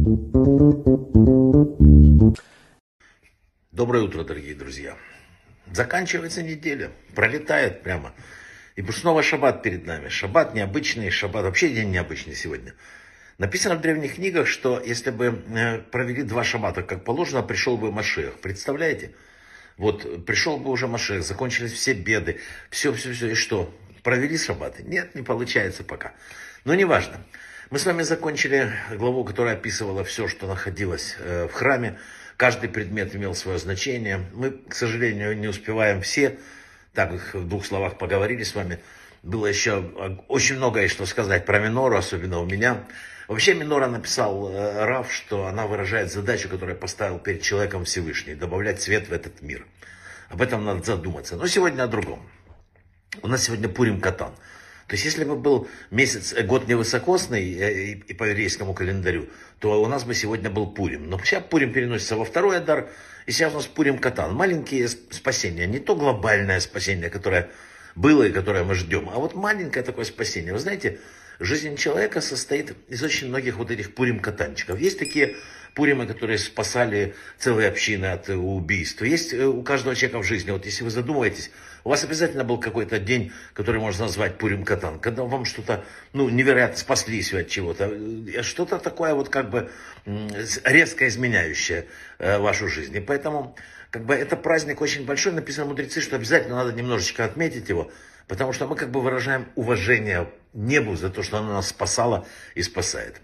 Доброе утро, дорогие друзья. Заканчивается неделя, пролетает прямо. И снова шаббат перед нами. Шаббат необычный, шаббат вообще день необычный сегодня. Написано в древних книгах, что если бы провели 2 шаббата как положено, пришел бы Машиах. Представляете? Вот пришел бы уже Машиах, закончились все беды, все. И что? Провели шаббаты? Нет, не получается пока. Но неважно. Мы с вами закончили главу, которая описывала все, что находилось в храме. Каждый предмет имел свое значение. Мы, к сожалению, не успеваем все. Так, в 2 словах поговорили с вами. Было еще очень многое, что сказать про минору, особенно у меня. Вообще минора написал Рав, что она выражает задачу, которую поставил перед человеком Всевышний. Добавлять свет в этот мир. Об этом надо задуматься. Но сегодня о другом. У нас сегодня Пурим Катан. То есть, если бы был год невысокосный и по еврейскому календарю, то у нас бы сегодня был Пурим. Но сейчас Пурим переносится во 2-й Адар, и сейчас у нас Пурим Катан. Маленькие спасения, не то глобальное спасение, которое было и которое мы ждем, а вот маленькое такое спасение. Вы знаете, жизнь человека состоит из очень многих вот этих Пурим-катанчиков. Есть такие Пуримы, которые спасали целые общины от убийств. Есть у каждого человека в жизни, вот если вы задумаетесь, у вас обязательно был какой-то день, который можно назвать Пурим-катан, когда вам что-то, невероятно спаслись от чего-то, что-то такое вот как бы резко изменяющее вашу жизнь. И поэтому это праздник очень большой, написано мудрецы, что обязательно надо немножечко отметить его, потому что мы выражаем уважение небу за то, что оно нас спасало и спасает.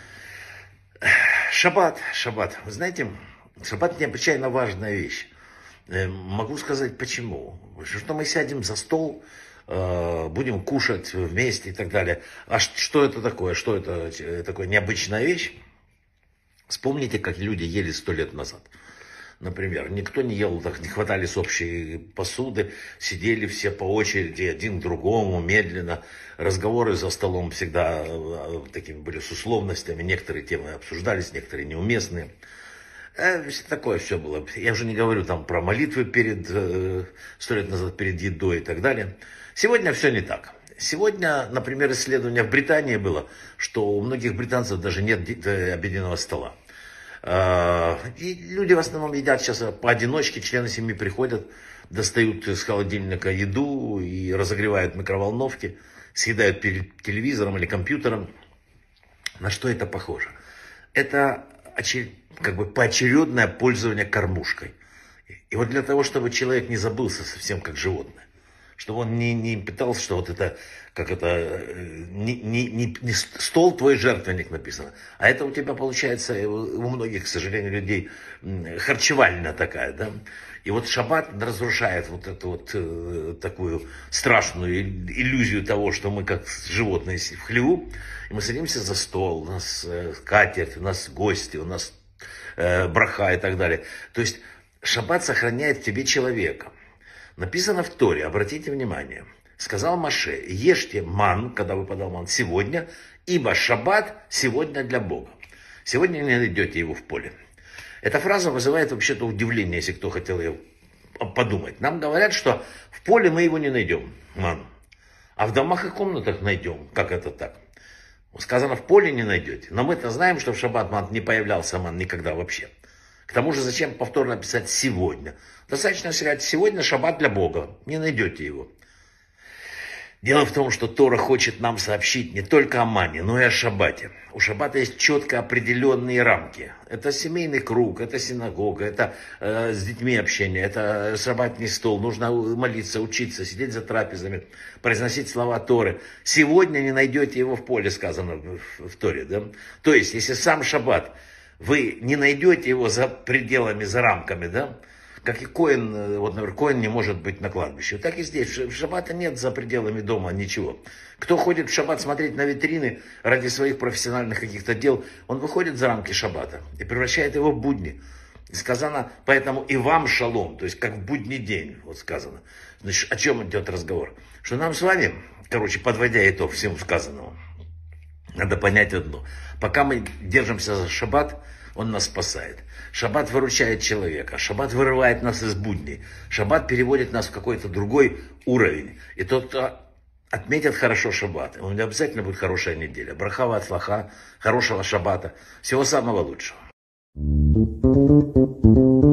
Шаббат. Вы знаете, шаббат необычайно важная вещь. Могу сказать почему. Что мы сядем за стол, будем кушать вместе и так далее. А что это такое? Что это такое необычная вещь? Вспомните, как люди ели 100 лет назад. Например, никто не ел, не хватали с общей посуды, сидели все по очереди, один к другому, медленно. Разговоры за столом всегда такими были с условностями, некоторые темы обсуждались, некоторые неуместные. Такое все было. Я уже не говорю про молитвы 100 лет назад перед едой и так далее. Сегодня все не так. Сегодня, например, исследование в Британии было, что у многих британцев даже нет обеденного стола. И люди в основном едят сейчас поодиночке, члены семьи приходят, достают из холодильника еду и разогревают в микроволновке, съедают перед телевизором или компьютером. На что это похоже? Это поочередное пользование кормушкой. И вот для того, чтобы человек не забылся совсем как животное, чтобы он не пытался, что не стол твой жертвенник написано. А это у тебя получается, у многих, к сожалению, людей харчевальная такая, да. И вот шаббат разрушает вот эту такую страшную иллюзию того, что мы как животные в хлеву, и мы садимся за стол, у нас скатерть, у нас гости, у нас браха и так далее. То есть шаббат сохраняет в тебе человека. Написано в Торе, обратите внимание, сказал Моше: ешьте ман, когда выпадал ман, сегодня, ибо шаббат сегодня для Бога. Сегодня не найдете его в поле. Эта фраза вызывает вообще-то удивление, если кто хотел ее подумать. Нам говорят, что в поле мы его не найдем, ман, а в домах и комнатах найдем. Как это так? Сказано, в поле не найдете. Но мы-то знаем, что в шаббат ман не появлялся ман никогда вообще. К тому же, зачем повторно писать сегодня? Достаточно сказать, сегодня шаббат для Бога, не найдете его. Дело в том, что Тора хочет нам сообщить не только о мане, но и о шаббате. У шаббата есть четко определенные рамки. Это семейный круг, это синагога, это с детьми общение, это шаббатный стол. Нужно молиться, учиться, сидеть за трапезами, произносить слова Торы. Сегодня не найдете его в поле, сказано в Торе. Да? То есть, если сам шаббат, вы не найдете его за пределами, за рамками, да? Как и коэн, например, коэн не может быть на кладбище. Так и здесь, в шаббата нет за пределами дома ничего. Кто ходит в шаббат смотреть на витрины ради своих профессиональных каких-то дел, он выходит за рамки шаббата и превращает его в будни. И сказано, поэтому и вам шалом, то есть как в будний день, вот сказано. Значит, о чем идет разговор? Что нам с вами, подводя итог всему сказанному, надо понять одно. Пока мы держимся за шаббат, он нас спасает. Шаббат выручает человека. Шаббат вырывает нас из будней. Шаббат переводит нас в какой-то другой уровень. И тот, кто отметят хорошо шаббат. У меня обязательно будет хорошая неделя. Браха ва ацлаха, хорошего шаббата. Всего самого лучшего.